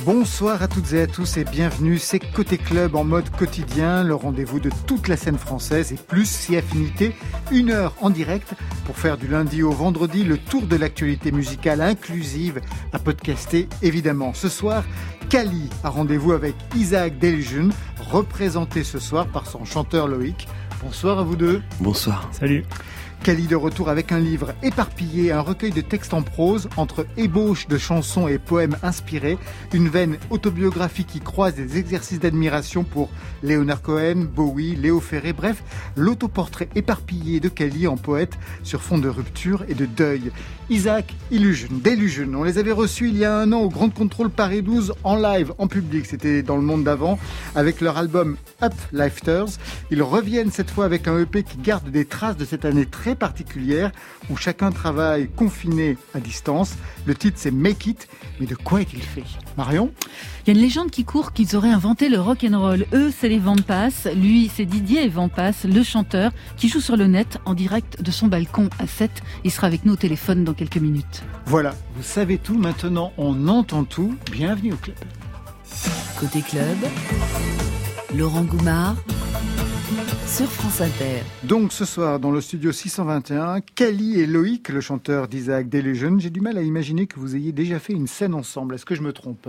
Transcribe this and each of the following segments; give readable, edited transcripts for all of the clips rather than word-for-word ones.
Bonsoir à toutes et à tous et bienvenue, c'est Côté Club en mode quotidien, le rendez-vous de toute la scène française et plus si affinité, 1 heure en direct pour faire du lundi au vendredi le tour de l'actualité musicale inclusive à podcaster évidemment. Ce soir, Kali a rendez-vous avec Isaac Delusion, représenté ce soir par son chanteur Loïc. Bonsoir à vous deux. Bonsoir. Salut. Kali de retour avec un livre éparpillé, un recueil de textes en prose, entre ébauches de chansons et poèmes inspirés, une veine autobiographique qui croise des exercices d'admiration pour Leonard Cohen, Bowie, Léo Ferré, bref, l'autoportrait éparpillé de Kali en poète sur fond de rupture et de deuil. Isaac Delusion, on les avait reçus il y a 1 an au Grand Contrôle Paris 12 en live, en public, c'était dans le monde d'avant, avec leur album Uplifters. Ils reviennent cette fois avec un EP qui garde des traces de cette année très particulière où chacun travaille confiné à distance. Le titre c'est Make It, mais de quoi est-il fait? Marion? Il y a une légende qui court qu'ils auraient inventé le rock'n'roll. Eux, c'est les Vampas. Lui, c'est Didier Vampas, le chanteur, qui joue sur le net en direct de son balcon à 7. Il sera avec nous au téléphone dans quelques minutes. Voilà, vous savez tout, maintenant on entend tout. Bienvenue au club. Côté Club, Laurent Goumard sur France Inter. Donc ce soir, dans le studio 621, Kali et Loïc, le chanteur d'Isaac Delusion. J'ai du mal à imaginer que vous ayez déjà fait une scène ensemble. Est-ce que je me trompe?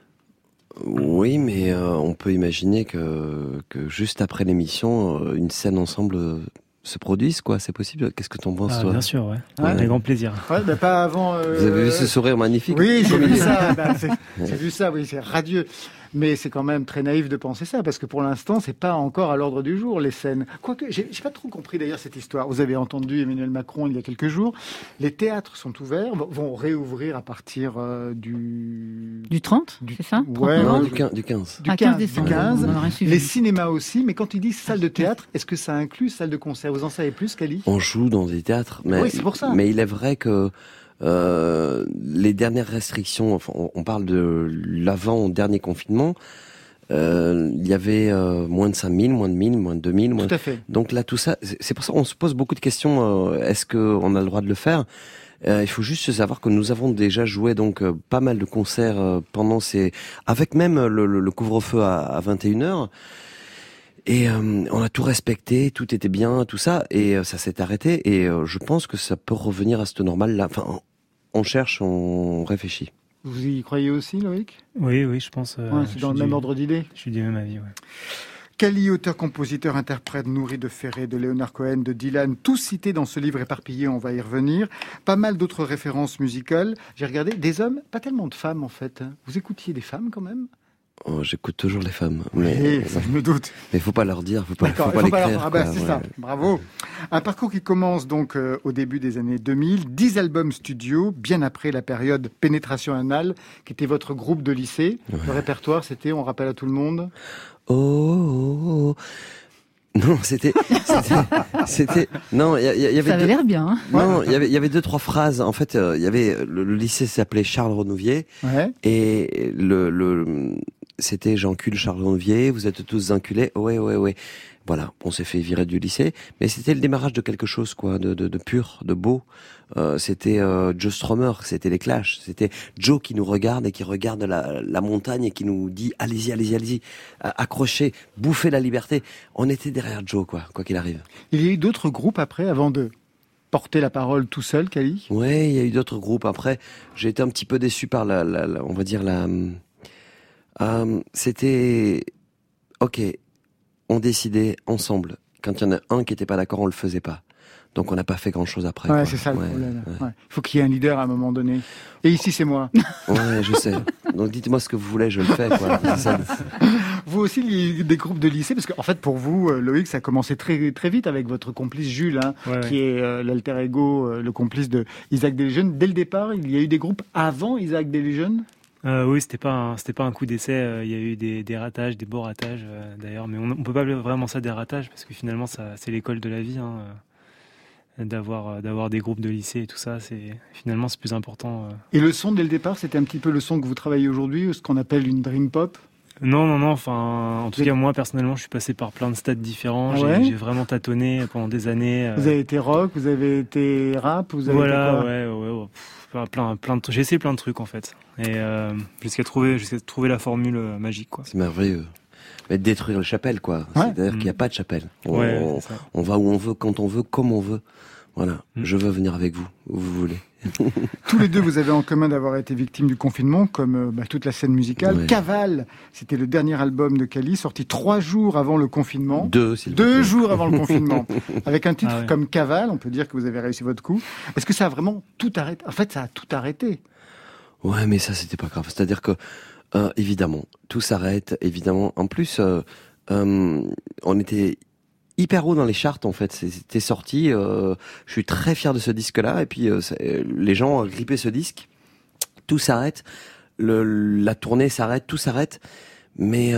Oui, mais on peut imaginer que juste après l'émission, une scène ensemble se produise, quoi. C'est possible. Qu'est-ce que t'en penses, toi? Bien sûr, ouais. Ouais. Avec grand plaisir. Ouais, bah pas avant. Vous avez vu ce sourire magnifique? Oui, j'ai vu ça. J'ai vu ça. Oui, c'est radieux. Mais c'est quand même très naïf de penser ça, parce que pour l'instant, c'est pas encore à l'ordre du jour, les scènes. Quoique, j'ai pas trop compris d'ailleurs cette histoire. Vous avez entendu Emmanuel Macron il y a quelques jours. Les théâtres sont ouverts, vont réouvrir à partir du 30, c'est ça? Ouais, Non, ouais, du 15. Du 15 15 décembre. du 15. On aurait suivi. Les cinémas aussi, mais quand ils disent salle de théâtre, est-ce que ça inclut salle de concert? Vous en savez plus, Kali? On joue dans des théâtres, mais, Oui, c'est pour ça. Mais il est vrai que les dernières restrictions, enfin, on parle de l'avant-dernier confinement, il y avait moins de 5000, moins de 1000, moins de 2000. Tout à fait. Donc là, tout ça, c'est pour ça qu'on se pose beaucoup de questions. Est-ce qu'on a le droit de le faire? Il faut juste savoir que nous avons déjà joué donc pas mal de concerts pendant avec même le couvre-feu à 21h. Et on a tout respecté, tout était bien, tout ça, et ça s'est arrêté. Et je pense que ça peut revenir à ce normal-là. Enfin, on cherche, on réfléchit. Vous y croyez aussi, Loïc? Oui, je pense. Ouais, c'est dans le même ordre d'idée. Je suis du même avis, ouais. Kali, auteur, compositeur, interprète, nourri de Ferré, de Leonard Cohen, de Dylan, tous cités dans ce livre éparpillé, on va y revenir. Pas mal d'autres références musicales. J'ai regardé des hommes, pas tellement de femmes en fait. Vous écoutiez des femmes quand même? Oh, j'écoute toujours les femmes, Oui, ça je me doute. Mais faut pas leur dire, faut pas D'accord, l'écrire. Ah bah, c'est ça, bravo. Un parcours qui commence donc au début des années 2000, 10 albums studio, bien après la période Pénétration anale, qui était votre groupe de lycée. Ouais. Le répertoire, c'était, on rappelle à tout le monde. Oh. Non, c'était, non, il y avait. Ça avait l'air bien. Hein. Non, il y avait 2-3 phrases. En fait, il y avait le lycée s'appelait Charles Renouvier, ouais. Et c'était j'encule Charles Renouvier. Vous êtes tous enculés. Ouais. Voilà, on s'est fait virer du lycée, mais c'était le démarrage de quelque chose, quoi, de pur, de beau. C'était Joe Strummer, c'était les Clash, c'était Joe qui nous regarde et qui regarde la montagne et qui nous dit allez-y, accrochez, bouffez la liberté. On était derrière Joe, quoi qu'il arrive. Il y a eu d'autres groupes après, avant de porter la parole tout seul, Kali? Ouais, il y a eu d'autres groupes. Après, j'ai été un petit peu déçu par on va dire c'était ok. On décidait ensemble. Quand il y en a un qui était pas d'accord, on le faisait pas. Donc on n'a pas fait grand chose après. Ouais, quoi. C'est ça le problème. Ouais. Il faut qu'il y ait un leader à un moment donné. Et ici c'est moi. Ouais, je sais. Donc dites-moi ce que vous voulez, je le fais. Quoi. C'est ça. Vous aussi, il y a eu des groupes de lycée, parce qu'en fait pour vous, Loïc, ça a commencé très très vite avec votre complice Jules, qui est l'alter ego, le complice de Isaac Delusion. Dès le départ, il y a eu des groupes avant Isaac Delusion. Oui, c'était pas un coup d'essai. Il y a eu des ratages, des beaux ratages d'ailleurs, mais on peut pas appeler vraiment ça des ratages parce que finalement, ça, c'est l'école de la vie. D'avoir des groupes de lycée et tout ça, c'est plus important. Et le son dès le départ, c'était un petit peu le son que vous travaillez aujourd'hui, ce qu'on appelle une dream pop. Non. Enfin, en tout cas, moi personnellement, je suis passé par plein de stades différents. J'ai vraiment tâtonné pendant des années. Vous avez été rock, vous avez été rap, vous avez été quoi ? Ouais. plein de trucs. J'ai essayé plein de trucs en fait, et jusqu'à trouver la formule magique, quoi. C'est merveilleux. Mais détruire la chapelle, quoi. Ouais. C'est-à-dire qu'il n'y a pas de chapelle. C'est ça. On va où on veut, quand on veut, comme on veut. Voilà. Je veux venir avec vous, où vous voulez. Tous les deux, vous avez en commun d'avoir été victimes du confinement, comme toute la scène musicale. Ouais. Cavale, c'était le dernier album de Cali, sorti 3 jours avant le confinement. 2 jours avant le confinement. Avec un titre Ah ouais. comme Cavale, on peut dire que vous avez réussi votre coup. Est-ce que ça a vraiment tout arrêté ? En fait, ça a tout arrêté. Ouais, mais ça, c'était pas grave. C'est-à-dire que, évidemment, tout s'arrête, évidemment. En plus, on était hyper haut dans les charts, en fait. C'était sorti. Je suis très fier de ce disque-là. Et puis, les gens ont grippé ce disque. Tout s'arrête. La tournée s'arrête. Tout s'arrête. Mais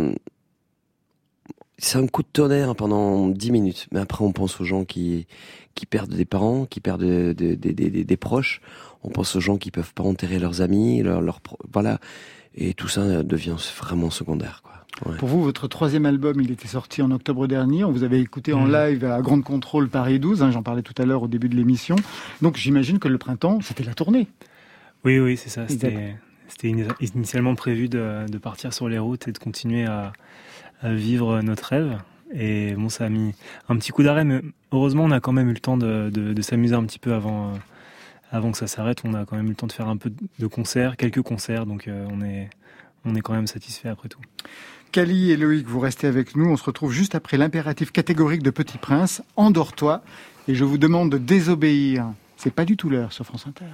c'est un coup de tonnerre pendant 10 minutes. Mais après, on pense aux gens qui perdent des parents, qui perdent des proches. On pense aux gens qui peuvent pas enterrer leurs amis, voilà. Et tout ça devient vraiment secondaire, quoi. Ouais. Pour vous, votre 3e album, il était sorti en octobre dernier. On vous avait écouté en live à Grande Contrôle Paris 12. J'en parlais tout à l'heure au début de l'émission. Donc j'imagine que le printemps, c'était la tournée. Oui, c'est ça. C'était initialement prévu de partir sur les routes et de continuer à vivre notre rêve. Et bon, ça a mis un petit coup d'arrêt, mais heureusement, on a quand même eu le temps de s'amuser un petit peu avant que ça s'arrête. On a quand même eu le temps de faire un peu de concerts, quelques concerts, donc on est quand même satisfait après tout. Cali et Loïc, vous restez avec nous. On se retrouve juste après l'impératif catégorique de Petit Prince. Endors-toi. Et je vous demande de désobéir. C'est pas du tout l'heure sur France Inter.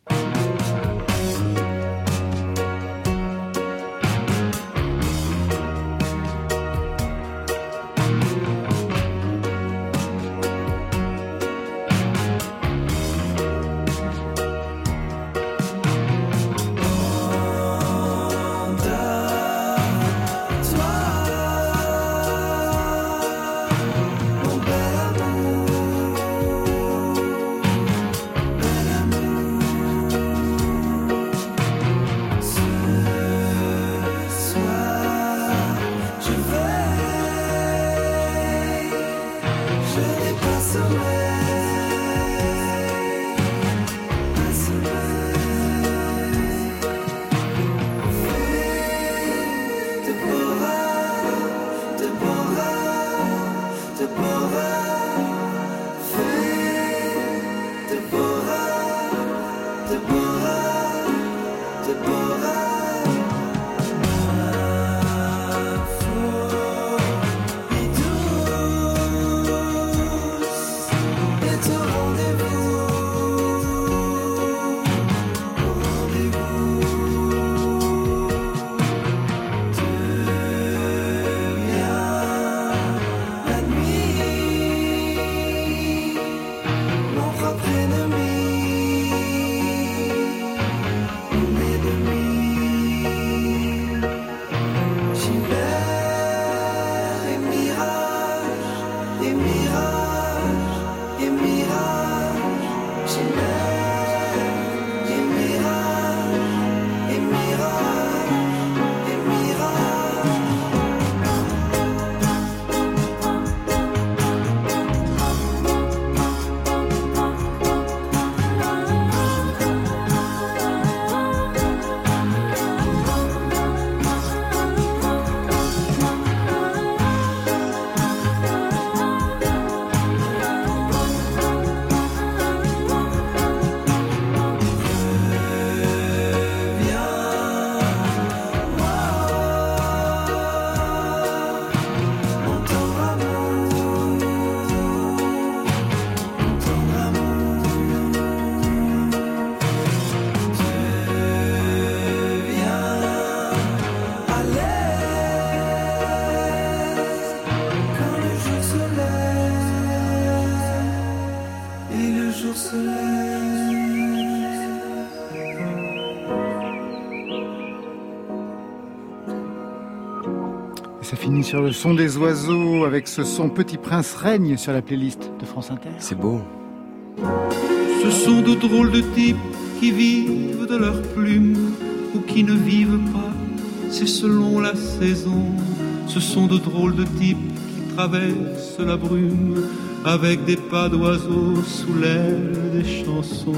Ça finit sur le son des oiseaux avec ce son Petit Prince règne sur la playlist de France Inter. C'est beau. Ce sont de drôles de types qui vivent de leurs plumes ou qui ne vivent pas, c'est selon la saison. Ce sont de drôles de types qui traversent la brume avec des pas d'oiseaux sous l'aile des chansons.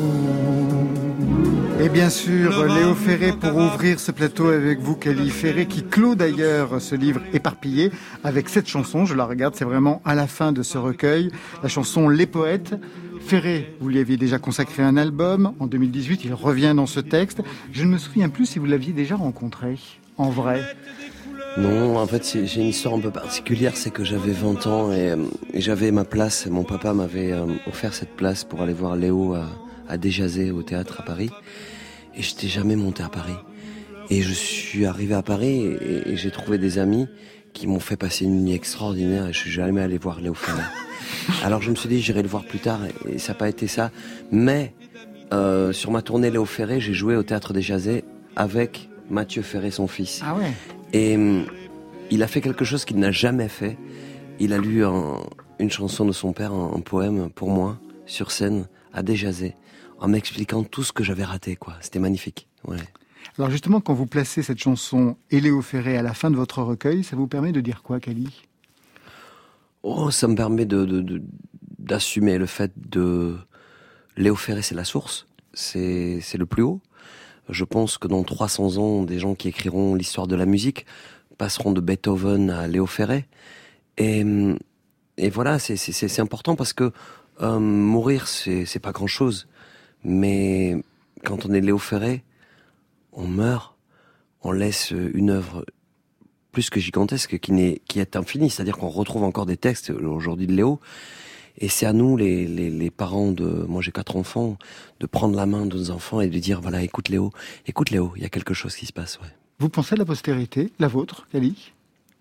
Et bien sûr, Léo Ferré pour ouvrir ce plateau avec vous, Cali Ferré, qui clôt d'ailleurs ce livre éparpillé avec cette chanson. Je la regarde, c'est vraiment à la fin de ce recueil, la chanson Les Poètes. Ferré, vous lui aviez déjà consacré un album. En 2018, il revient dans ce texte. Je ne me souviens plus si vous l'aviez déjà rencontré, en vrai. Non, en fait, j'ai une histoire un peu particulière, c'est que j'avais 20 ans et j'avais ma place. Mon papa m'avait offert cette place pour aller voir Léo à Déjazet au théâtre à Paris. Et j'étais jamais monté à Paris. Et je suis arrivé à Paris et j'ai trouvé des amis qui m'ont fait passer une nuit extraordinaire et je suis jamais allé voir Léo Ferré. Alors je me suis dit j'irai le voir plus tard et ça n'a pas été ça. Mais sur ma tournée Léo Ferré, j'ai joué au théâtre Déjazet avec Mathieu Ferré, son fils. Ah ouais. Et il a fait quelque chose qu'il n'a jamais fait. Il a lu une chanson de son père, un poème pour moi, sur scène, à Déjazet, en m'expliquant tout ce que j'avais raté, quoi. C'était magnifique. Ouais. Alors justement, quand vous placez cette chanson et Léo Ferré à la fin de votre recueil, ça vous permet de dire quoi, Cali ? Oh, ça me permet d'assumer le fait de... Léo Ferré, c'est la source, c'est le plus haut. Je pense que dans 300 ans, des gens qui écriront l'histoire de la musique passeront de Beethoven à Léo Ferré. Et voilà, c'est important parce que mourir, c'est pas grand-chose. Mais quand on est Léo Ferré, on meurt, on laisse une œuvre plus que gigantesque qui est infinie. C'est-à-dire qu'on retrouve encore des textes aujourd'hui de Léo. Et c'est à nous, les parents moi j'ai 4 enfants, de prendre la main de nos enfants et de dire, voilà, écoute Léo, il y a quelque chose qui se passe, ouais. Vous pensez à la postérité, la vôtre, Cali ?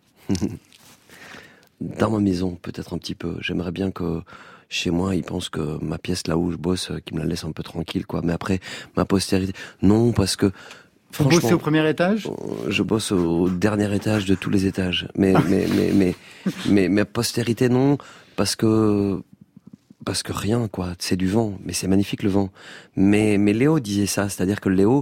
Dans ma maison, peut-être un petit peu. J'aimerais bien que chez moi, ils pensent que ma pièce là où je bosse, qu'ils me la laissent un peu tranquille, quoi. Mais après, ma postérité, non, parce que vous bossez au premier étage ? Je bosse au dernier étage de tous les étages. Mais ma postérité, non, parce que rien, quoi. C'est du vent, mais c'est magnifique le vent. Mais Léo disait ça, c'est-à-dire que Léo,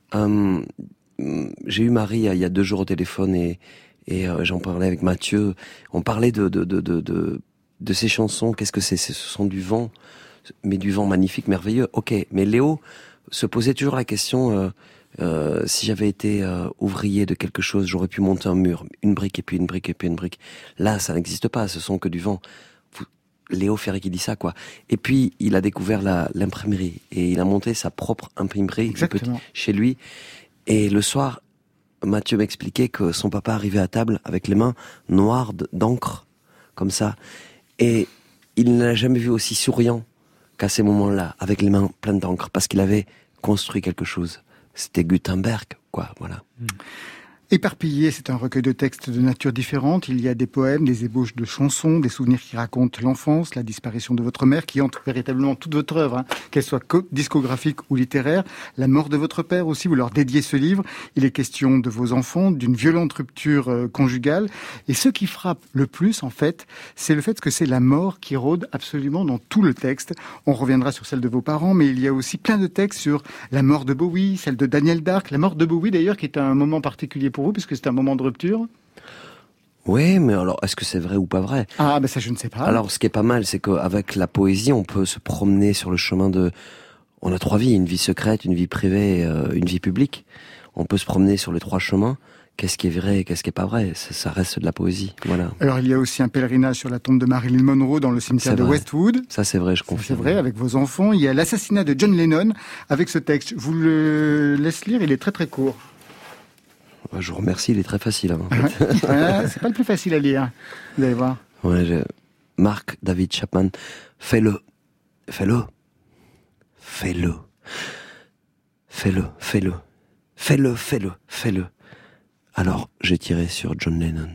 j'ai eu Marie il y a 2 jours au téléphone et j'en parlais avec Mathieu. On parlait de ces chansons. Qu'est-ce que c'est ? Ce sont du vent, mais du vent magnifique, merveilleux. Ok, mais Léo se posait toujours la question. Si j'avais été ouvrier de quelque chose, j'aurais pu monter un mur, une brique et puis une brique et puis une brique. Là, ça n'existe pas, ce sont que du vent. Léo Ferré qui dit ça, quoi. Et puis, il a découvert l'imprimerie et il a monté sa propre imprimerie chez lui. Et le soir, Mathieu m'expliquait que son papa arrivait à table avec les mains noires d'encre, comme ça. Et il n'a jamais vu aussi souriant qu'à ces moments-là, avec les mains pleines d'encre, parce qu'il avait construit quelque chose. C'était Gutenberg, quoi, voilà. Éparpillé, c'est un recueil de textes de nature différente. Il y a des poèmes, des ébauches de chansons, des souvenirs qui racontent l'enfance, la disparition de votre mère, qui hantent véritablement toute votre œuvre, qu'elle soit discographique ou littéraire. La mort de votre père aussi, vous leur dédiez ce livre. Il est question de vos enfants, d'une violente rupture conjugale. Et ce qui frappe le plus, en fait, c'est le fait que c'est la mort qui rôde absolument dans tout le texte. On reviendra sur celle de vos parents, mais il y a aussi plein de textes sur la mort de Bowie, celle de Daniel Dark, la mort de Bowie d'ailleurs, qui est un moment particulier pour vous, puisque c'est un moment de rupture. Oui, mais alors, est-ce que c'est vrai ou pas vrai ? Ah, ben ça, je ne sais pas. Alors, ce qui est pas mal, c'est qu'avec la poésie, on peut se promener sur le chemin de... On a 3 vies, une vie secrète, une vie privée, une vie publique. On peut se promener sur les 3 chemins. Qu'est-ce qui est vrai et qu'est-ce qui est pas vrai ? Ça reste de la poésie, voilà. Alors, il y a aussi un pèlerinage sur la tombe de Marilyn Monroe dans le cimetière de Westwood. Ça, c'est vrai, je confirme. C'est vrai, avec vos enfants. Il y a l'assassinat de John Lennon avec ce texte. Je vous le laisse lire, il est très très court. Je vous remercie, il est très facile. C'est pas le plus facile à lire, vous allez voir. Ouais, Mark David Chapman, fais-le. Alors, j'ai tiré sur John Lennon.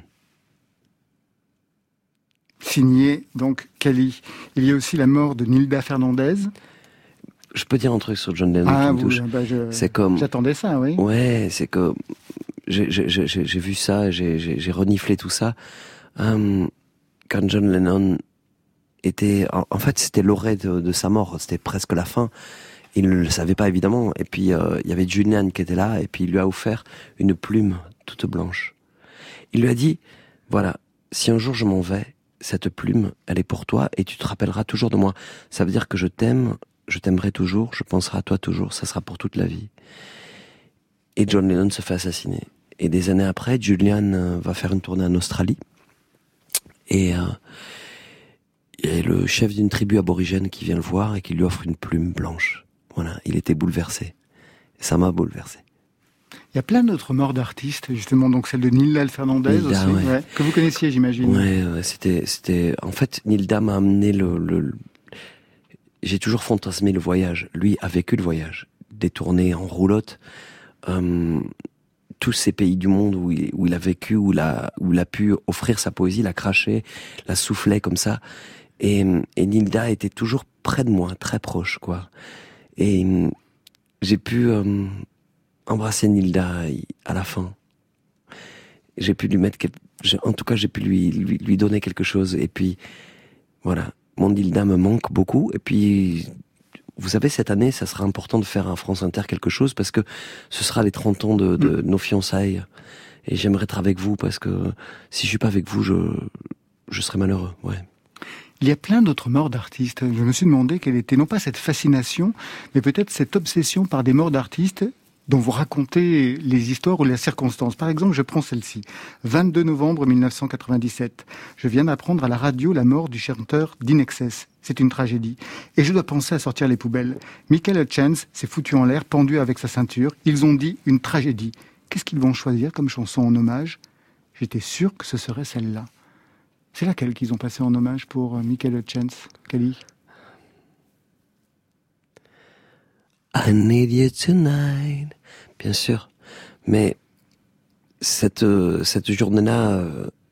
Signé, donc, Cali. Il y a aussi la mort de Nilda Fernandez. Je peux dire un truc sur John Lennon qui me touche. C'est comme... J'attendais ça, oui. Ouais, c'est que... J'ai vu ça, j'ai reniflé tout ça. Quand John Lennon était... En fait, c'était l'orée de sa mort. C'était presque la fin. Il ne le savait pas, évidemment. Et puis, il y avait Julian qui était là. Et puis, il lui a offert une plume toute blanche. Il lui a dit, voilà, si un jour je m'en vais, cette plume, elle est pour toi et tu te rappelleras toujours de moi. Ça veut dire que je t'aime, je t'aimerai toujours, je penserai à toi toujours, ça sera pour toute la vie. Et John Lennon se fait assassiner. Et des années après, Julian va faire une tournée en Australie. Et il y a le chef d'une tribu aborigène qui vient le voir et qui lui offre une plume blanche. Voilà, il était bouleversé. Et ça m'a bouleversé. Il y a plein d'autres morts d'artistes, justement, donc celle de Nilda Fernandez Nilda, aussi, ouais. Que vous connaissiez, j'imagine. Ouais, c'était. En fait, Nilda m'a amené J'ai toujours fantasmé le voyage. Lui a vécu le voyage, des tournées en roulotte, tous ces pays du monde où il a vécu, où il a pu offrir sa poésie, la cracher, la souffler comme ça. Et Nilda était toujours près de moi, très proche, quoi. Et j'ai pu embrasser Nilda à la fin. J'ai pu lui mettre en tout cas, j'ai pu lui donner quelque chose. Et puis, voilà. Mon Nilda me manque beaucoup. Et puis, vous savez, cette année, ça sera important de faire à France Inter quelque chose parce que ce sera les 30 ans de nos fiançailles. Et j'aimerais être avec vous parce que si je suis pas avec vous, je serais malheureux, ouais. Il y a plein d'autres morts d'artistes. Je me suis demandé quelle était, non pas cette fascination, mais peut-être cette obsession par des morts d'artistes dont vous racontez les histoires ou les circonstances. Par exemple, je prends celle-ci. 22 novembre 1997. Je viens d'apprendre à la radio la mort du chanteur d'Inexcess. C'est une tragédie. Et je dois penser à sortir les poubelles. Michael Hutchence s'est foutu en l'air, pendu avec sa ceinture. Ils ont dit une tragédie. Qu'est-ce qu'ils vont choisir comme chanson en hommage ? J'étais sûr que ce serait celle-là. C'est laquelle qu'ils ont passé en hommage pour Michael Hutchence, Kelly ? I need you tonight. Bien sûr. Mais cette journée-là,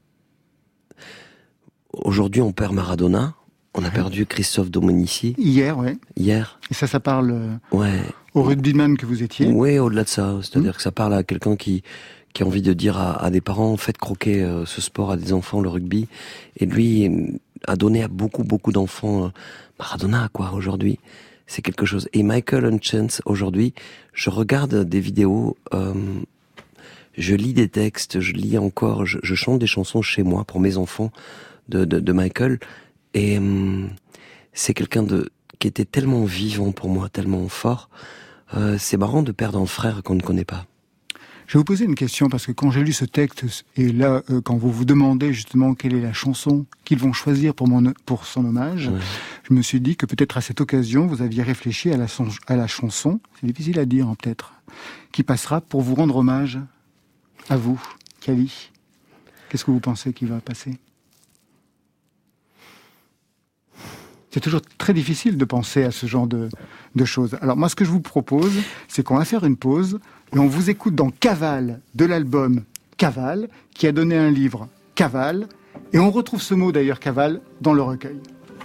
aujourd'hui on perd Maradona, on a perdu Christophe Dominici. Hier, ouais. Hier. Et ça parle ouais. Au rugbyman que vous étiez. Oui, au-delà de ça. C'est-à-dire que ça parle à quelqu'un qui a envie de dire à des parents, faites croquer ce sport à des enfants, le rugby. Et lui a donné à beaucoup, beaucoup d'enfants Maradona, quoi, aujourd'hui. C'est quelque chose. Et Michael Hutchence, aujourd'hui, je regarde des vidéos, je lis des textes, je lis encore, je chante des chansons chez moi pour mes enfants de Michael. Et c'est quelqu'un qui était tellement vivant pour moi, tellement fort. C'est marrant de perdre un frère qu'on ne connaît pas. Je vais vous poser une question, parce que quand j'ai lu ce texte, et là, quand vous vous demandez justement quelle est la chanson qu'ils vont choisir pour son hommage, je me suis dit que peut-être à cette occasion, vous aviez réfléchi à la chanson, c'est difficile à dire hein, peut-être, qui passera pour vous rendre hommage à vous, Kali. Qu'est-ce que vous pensez qui va passer ? C'est toujours très difficile de penser à ce genre de choses. Alors moi, ce que je vous propose, c'est qu'on va faire une pause et on vous écoute dans Cavale de l'album Cavale, qui a donné un livre Cavale, et on retrouve ce mot d'ailleurs Cavale dans le recueil.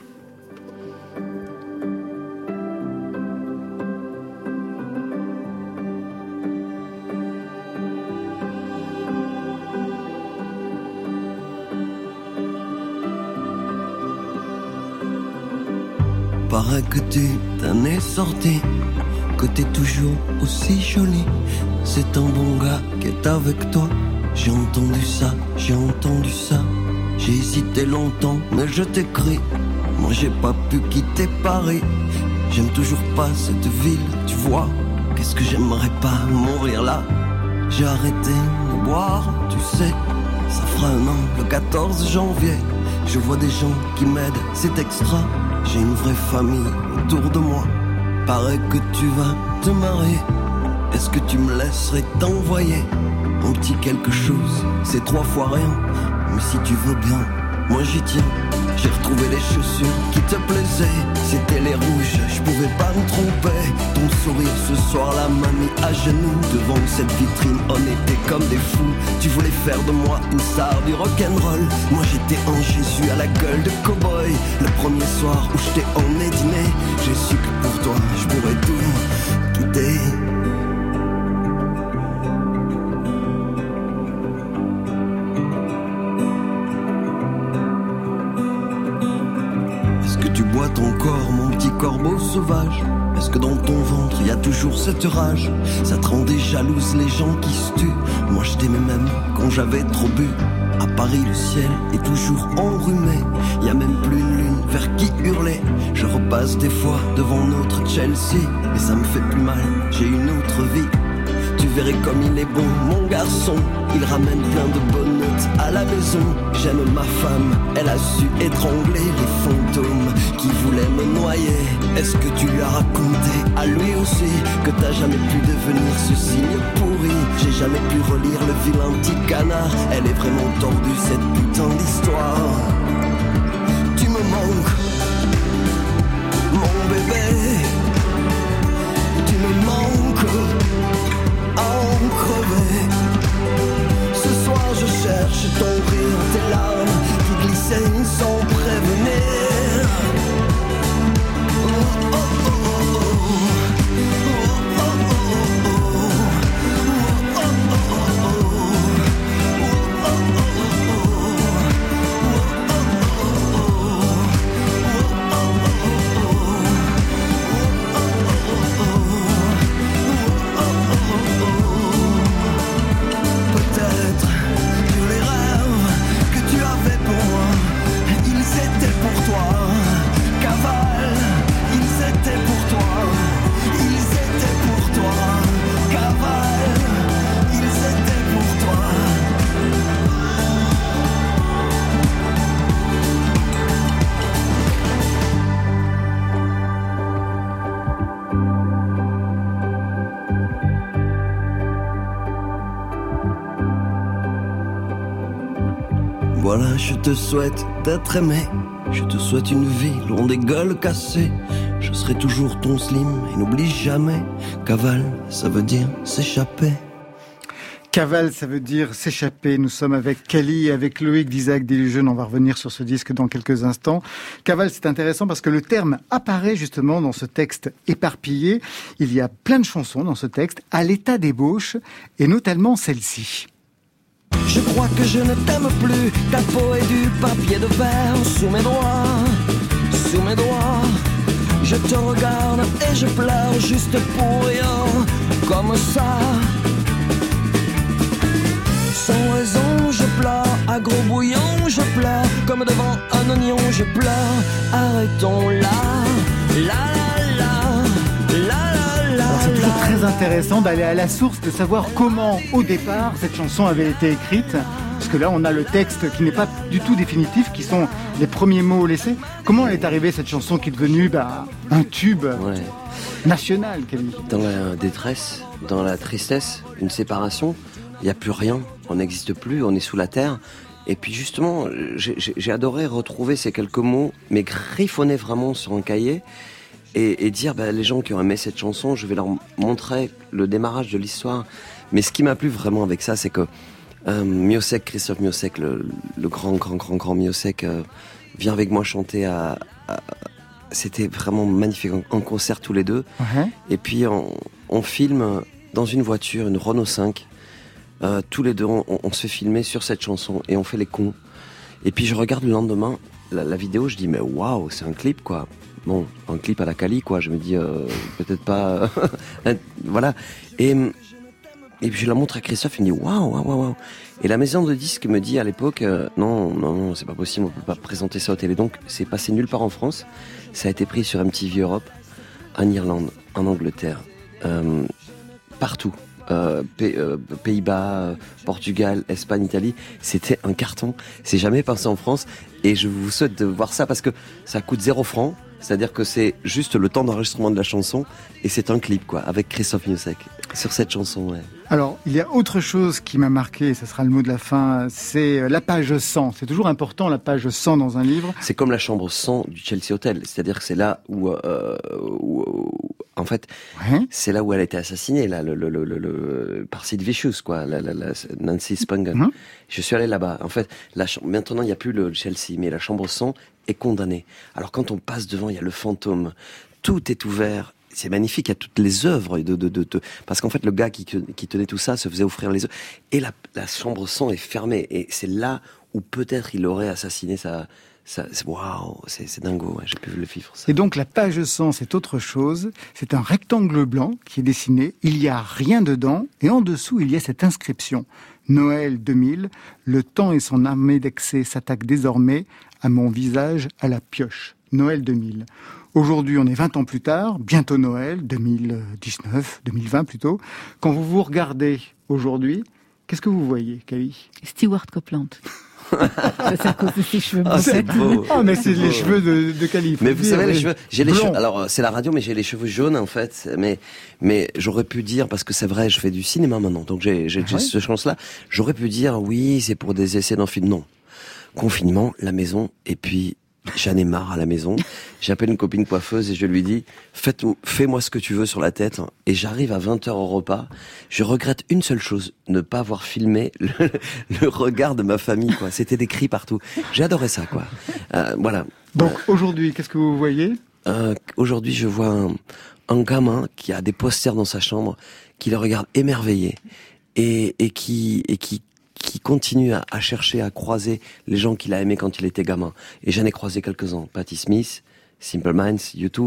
Paraît que tu t'en es sorti, que t'es toujours aussi jolie. C'est un bon gars qui est avec toi. J'ai entendu ça, j'ai entendu ça. J'ai hésité longtemps, mais je t'écris. Moi j'ai pas pu quitter Paris. J'aime toujours pas cette ville, tu vois. Qu'est-ce que j'aimerais pas mourir là. J'ai arrêté de boire, tu sais. Ça fera un an, le 14 janvier. Je vois des gens qui m'aident, c'est extra. J'ai une vraie famille autour de moi. Paraît que tu vas te marier. Est-ce que tu me laisserais t'envoyer un petit quelque chose? C'est 3 fois rien, mais si tu veux bien, moi j'y tiens. J'ai retrouvé les chaussures qui te plaisaient. C'était les rouges, je pouvais pas me tromper. Ton sourire ce soir-là m'a mis à genoux. Devant cette vitrine, on était comme des fous. Tu voulais faire de moi une star du rock'n'roll. Moi j'étais un Jésus à la gueule de cow-boy. Le premier soir où je t'ai emmené dîner, j'ai su que pour toi je pourrais tout quitter. Ton corps, mon petit corbeau sauvage. Est-ce que dans ton ventre y a toujours cette rage? Ça te rendait jalouse les gens qui se tuent. Moi je t'aimais même quand j'avais trop bu. À Paris le ciel est toujours enrhumé. passe des fois devant notre Chelsea, mais ça me fait plus mal, j'ai une autre vie. Tu verrais comme il est bon, mon garçon. Il ramène plein de bonnes notes à la maison. J'aime ma femme, elle a su étrangler les fantômes qui voulaient me noyer. Est-ce que tu lui as raconté à lui aussi que t'as jamais pu devenir ce signe pourri? J'ai jamais pu relire le vilain petit canard. Elle est vraiment tordue cette putain d'histoire. Tu me manques, mon bébé. Tu me manques. En crever. Ce soir je cherche ton rire, tes larmes qui glissaient sans prévenir. Oh, oh, oh, oh, oh, oh, Voilà, je te souhaite d'être aimé. Je te souhaite une vie loin des gueules cassées. Je serai toujours ton slim et n'oublie jamais, cavale, ça veut dire s'échapper. Cavale, ça veut dire s'échapper. Nous sommes avec Kelly et avec Loïc d'Isaac Delusion. On va revenir sur ce disque dans quelques instants. Cavale, c'est intéressant parce que le terme apparaît justement dans ce texte éparpillé. Il y a plein de chansons dans ce texte, à l'état d'ébauche, et notamment celle-ci. Je crois que je ne t'aime plus. Ta peau est du papier de verre sous mes doigts, sous mes doigts. Je te regarde et je pleure juste pour rien, comme ça. Sans raison je pleure, à gros bouillon je pleure, comme devant un oignon je pleure. Arrêtons là, là là là, là là là. Alors c'est toujours très intéressant d'aller à la source, de savoir comment au départ cette chanson avait été écrite. Parce que là on a le texte qui n'est pas du tout définitif, qui sont les premiers mots laissés. Comment elle est arrivée cette chanson qui est devenue un tube national, Kelly? Dans la détresse, dans la tristesse, une séparation. Il n'y a plus rien, on n'existe plus, on est sous la terre. Et puis justement, j'ai adoré retrouver ces quelques mots, mais griffonner vraiment sur un cahier et dire les gens qui ont aimé cette chanson, je vais leur montrer le démarrage de l'histoire. Mais ce qui m'a plu vraiment avec ça, c'est que Miossec, Christophe Miossec, le grand Miossec, vient avec moi chanter c'était vraiment magnifique, en concert tous les deux. Uh-huh. Et puis on filme dans une voiture, une Renault 5. Tous les deux, on se fait filmer sur cette chanson et on fait les cons. Et puis je regarde le lendemain la vidéo, je dis mais waouh, c'est un clip quoi. Bon, un clip à la Cali quoi. Je me dis peut-être pas, voilà. Et puis je la montre à Christophe, il me dit waouh. Et la maison de disques me dit à l'époque non, c'est pas possible, on peut pas présenter ça au télé. Donc c'est passé nulle part en France. Ça a été pris sur MTV Europe, en Irlande, en Angleterre, partout. Pays-Bas, Portugal, Espagne, Italie, c'était un carton. C'est jamais passé en France et je vous souhaite de voir ça parce que ça coûte 0 francs. C'est-à-dire que c'est juste le temps d'enregistrement de la chanson et c'est un clip quoi, avec Christophe Miossec sur cette chanson. Ouais. Alors, il y a autre chose qui m'a marqué, et ce sera le mot de la fin, c'est la page 100. C'est toujours important, la page 100 dans un livre. C'est comme la chambre 100 du Chelsea Hotel, c'est-à-dire que c'est là où en fait, c'est là où elle a été assassinée, là, par Sid Vicious, quoi, la Nancy Spungen. Mm-hmm. Je suis allé là-bas. En fait, maintenant, il n'y a plus le Chelsea, mais la chambre 100 est condamnée. Alors, quand on passe devant, il y a le fantôme. Tout est ouvert. C'est magnifique, il y a toutes les œuvres parce qu'en fait, le gars qui tenait tout ça se faisait offrir les œuvres. Et la chambre 100 est fermée. Et c'est là où peut-être il aurait assassiné waouh, c'est dingo, j'ai pu le vivre ça. Et donc la page 100, c'est autre chose, c'est un rectangle blanc qui est dessiné, il n'y a rien dedans, et en dessous il y a cette inscription. Noël 2000, le temps et son armée d'excès s'attaquent désormais à mon visage à la pioche. Noël 2000. Aujourd'hui, on est 20 ans plus tard, bientôt Noël, 2019, 2020 plutôt. Quand vous vous regardez aujourd'hui, qu'est-ce que vous voyez, Cali ? Stewart Copeland. C'est à cause de ses cheveux beau. Ah, mais c'est les cheveux de Cali. Mais vous savez, les cheveux, j'ai les cheveux, alors c'est la radio, mais j'ai les cheveux jaunes, en fait. Mais j'aurais pu dire, parce que c'est vrai, je fais du cinéma maintenant, donc j'ai cette chance-là. J'aurais pu dire, oui, c'est pour des essais dans film. Non. Confinement, la maison, et puis, j'en ai marre à la maison. J'appelle une copine coiffeuse et je lui dis, fais-moi ce que tu veux sur la tête. Et j'arrive à 20h au repas. Je regrette une seule chose, ne pas avoir filmé le regard de ma famille, quoi. C'était des cris partout. J'ai adoré ça, quoi. Voilà. Donc, aujourd'hui, qu'est-ce que vous voyez ? Aujourd'hui, je vois un gamin qui a des posters dans sa chambre, qui le regarde émerveillé et qui continue à chercher à croiser les gens qu'il a aimés quand il était gamin. Et j'en ai croisé quelques-uns. Patti Smith, Simple Minds, U2.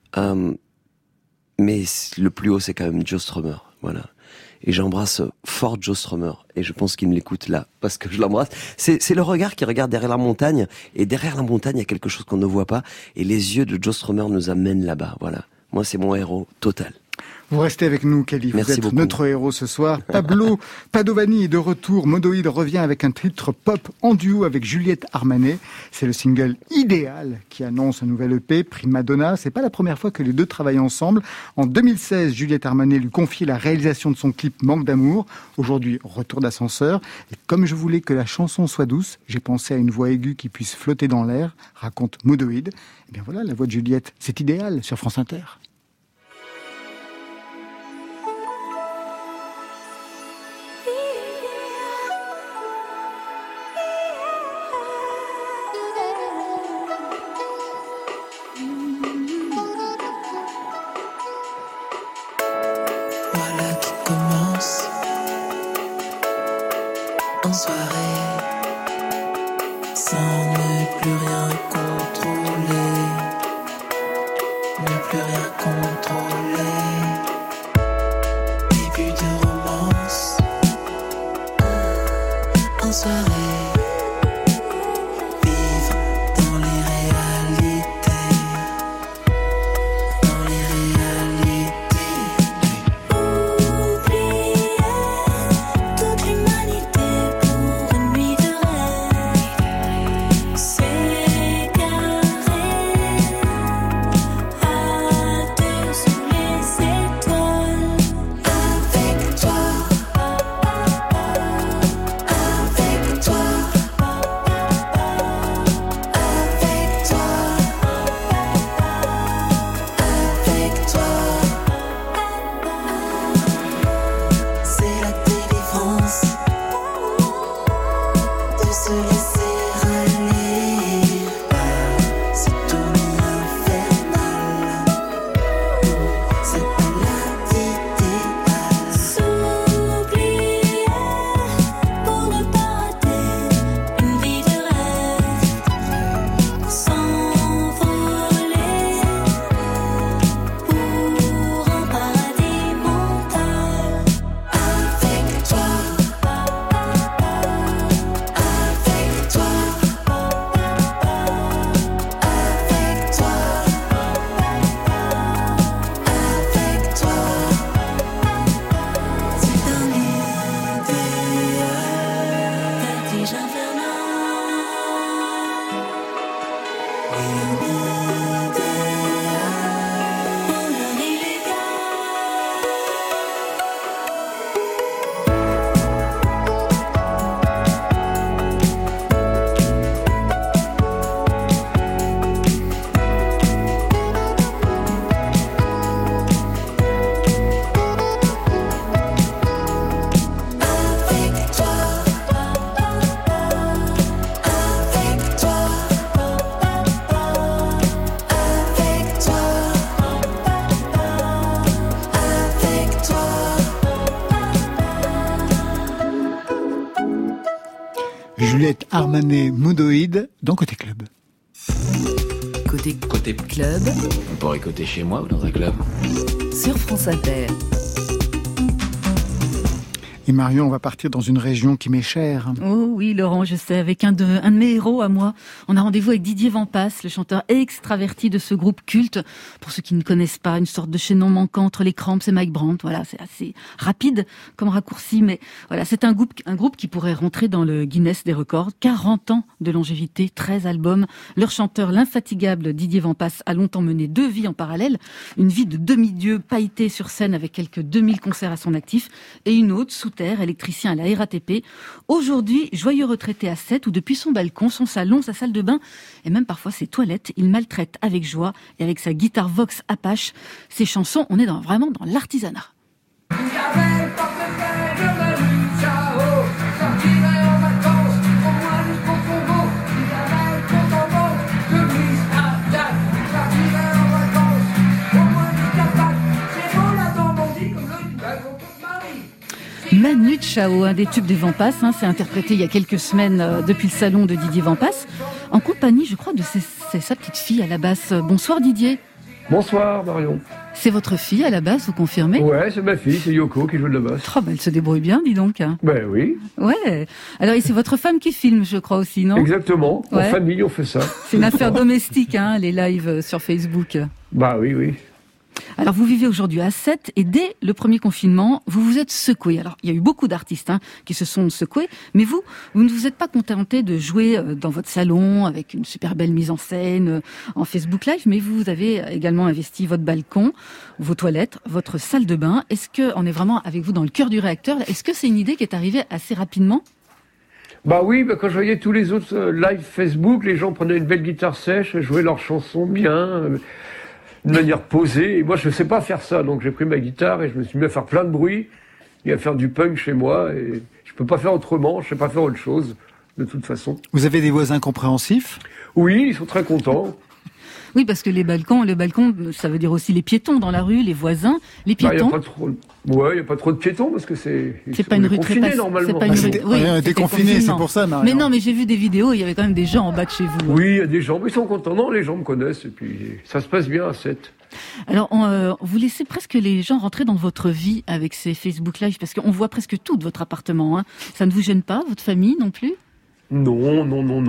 Mais le plus haut, c'est quand même Joe Strummer. Voilà. Et j'embrasse fort Joe Strummer. Et je pense qu'il me l'écoute là, parce que je l'embrasse. C'est le regard qui regarde derrière la montagne. Et derrière la montagne, il y a quelque chose qu'on ne voit pas. Et les yeux de Joe Strummer nous amènent là-bas. Voilà. Moi, c'est mon héros total. Vous restez avec nous, Cali. Vous êtes notre héros ce soir. Pablo Padovani est de retour. Modoïd revient avec un titre pop en duo avec Juliette Armanet. C'est le single Idéal qui annonce un nouvel EP, Prima Donna. C'est pas la première fois que les deux travaillent ensemble. En 2016, Juliette Armanet lui confie la réalisation de son clip Manque d'amour. Aujourd'hui, retour d'ascenseur. Et comme je voulais que la chanson soit douce, j'ai pensé à une voix aiguë qui puisse flotter dans l'air, raconte Modoïd. Et bien voilà, la voix de Juliette, c'est Idéal sur France Inter. En soirée, sans ne plus rien contrôler, ne plus rien contrôler. Début de romance, en soirée. Juliette Armanet, Modoïd, dans Côté Club. Côté Club. On pourrait écouter chez moi ou dans un club. Sur France Inter. Et Marion, on va partir dans une région qui m'est chère. Oh oui, Laurent, je sais, avec un de mes héros à moi. On a rendez-vous avec Didier Vampas, le chanteur extraverti de ce groupe culte. Pour ceux qui ne connaissent pas, une sorte de chaînon manquant entre les Cramps et Mike Brandt. Voilà, c'est assez rapide comme raccourci, mais voilà, c'est un groupe qui pourrait rentrer dans le Guinness des records. 40 ans de longévité, 13 albums. Leur chanteur, l'infatigable Didier Vampas, a longtemps mené 2 vies en parallèle. Une vie de demi-dieu pailleté sur scène avec quelques 2000 concerts à son actif et une autre sous terre, électricien à la RATP. Aujourd'hui, joyeux retraité à 7 où depuis son balcon, son salon, sa salle de bain et même parfois ses toilettes, il maltraite avec joie et avec sa guitare Vox Apache. Ses chansons, on est vraiment dans l'artisanat. Manu Chao, un des tubes des Vampas, c'est interprété il y a quelques semaines depuis le salon de Didier Vampas, en compagnie, je crois, de sa petite fille à la basse. Bonsoir Didier. Bonsoir Marion. C'est votre fille à la basse, vous confirmez ? Ouais, c'est ma fille, c'est Yoko qui joue de la basse. Oh, elle se débrouille bien, dis donc. Ben oui. Ouais. Alors, et c'est votre femme qui filme, je crois aussi, non ? Exactement. Ouais. En famille, on fait ça. C'est une affaire domestique, les lives sur Facebook. Bah oui. Alors, vous vivez aujourd'hui à 7 et dès le premier confinement, vous vous êtes secoué. Alors, il y a eu beaucoup d'artistes qui se sont secoués, mais vous ne vous êtes pas contenté de jouer dans votre salon avec une super belle mise en scène en Facebook Live, mais vous avez également investi votre balcon, vos toilettes, votre salle de bain. Est-ce que on est vraiment avec vous dans le cœur du réacteur ? Est-ce que c'est une idée qui est arrivée assez rapidement ? Bah oui, quand je voyais tous les autres live Facebook, les gens prenaient une belle guitare sèche, jouaient leurs chansons bien, de manière posée. Et moi, je ne sais pas faire ça. Donc, j'ai pris ma guitare et je me suis mis à faire plein de bruit et à faire du punk chez moi. Et je peux pas faire autrement. Je sais pas faire autre chose, de toute façon. Vous avez des voisins compréhensifs ? Oui, ils sont très contents. Oui, parce que les balcons, ça veut dire aussi les piétons dans la rue, les voisins, les piétons. Il n'y a pas trop de piétons parce que c'est pas une rue confiné normalement. C'est pas une rue. Oui, on était confinés, c'est pour ça, Marion. Mais non, mais j'ai vu des vidéos, il y avait quand même des gens en bas de chez vous. Oui, il y a des gens, mais ils sont contents. Non, les gens me connaissent et puis ça se passe bien à 7. Alors, vous laissez presque les gens rentrer dans votre vie avec ces Facebook Live parce qu'on voit presque tout de votre appartement. Ça ne vous gêne pas, votre famille non plus ? Non.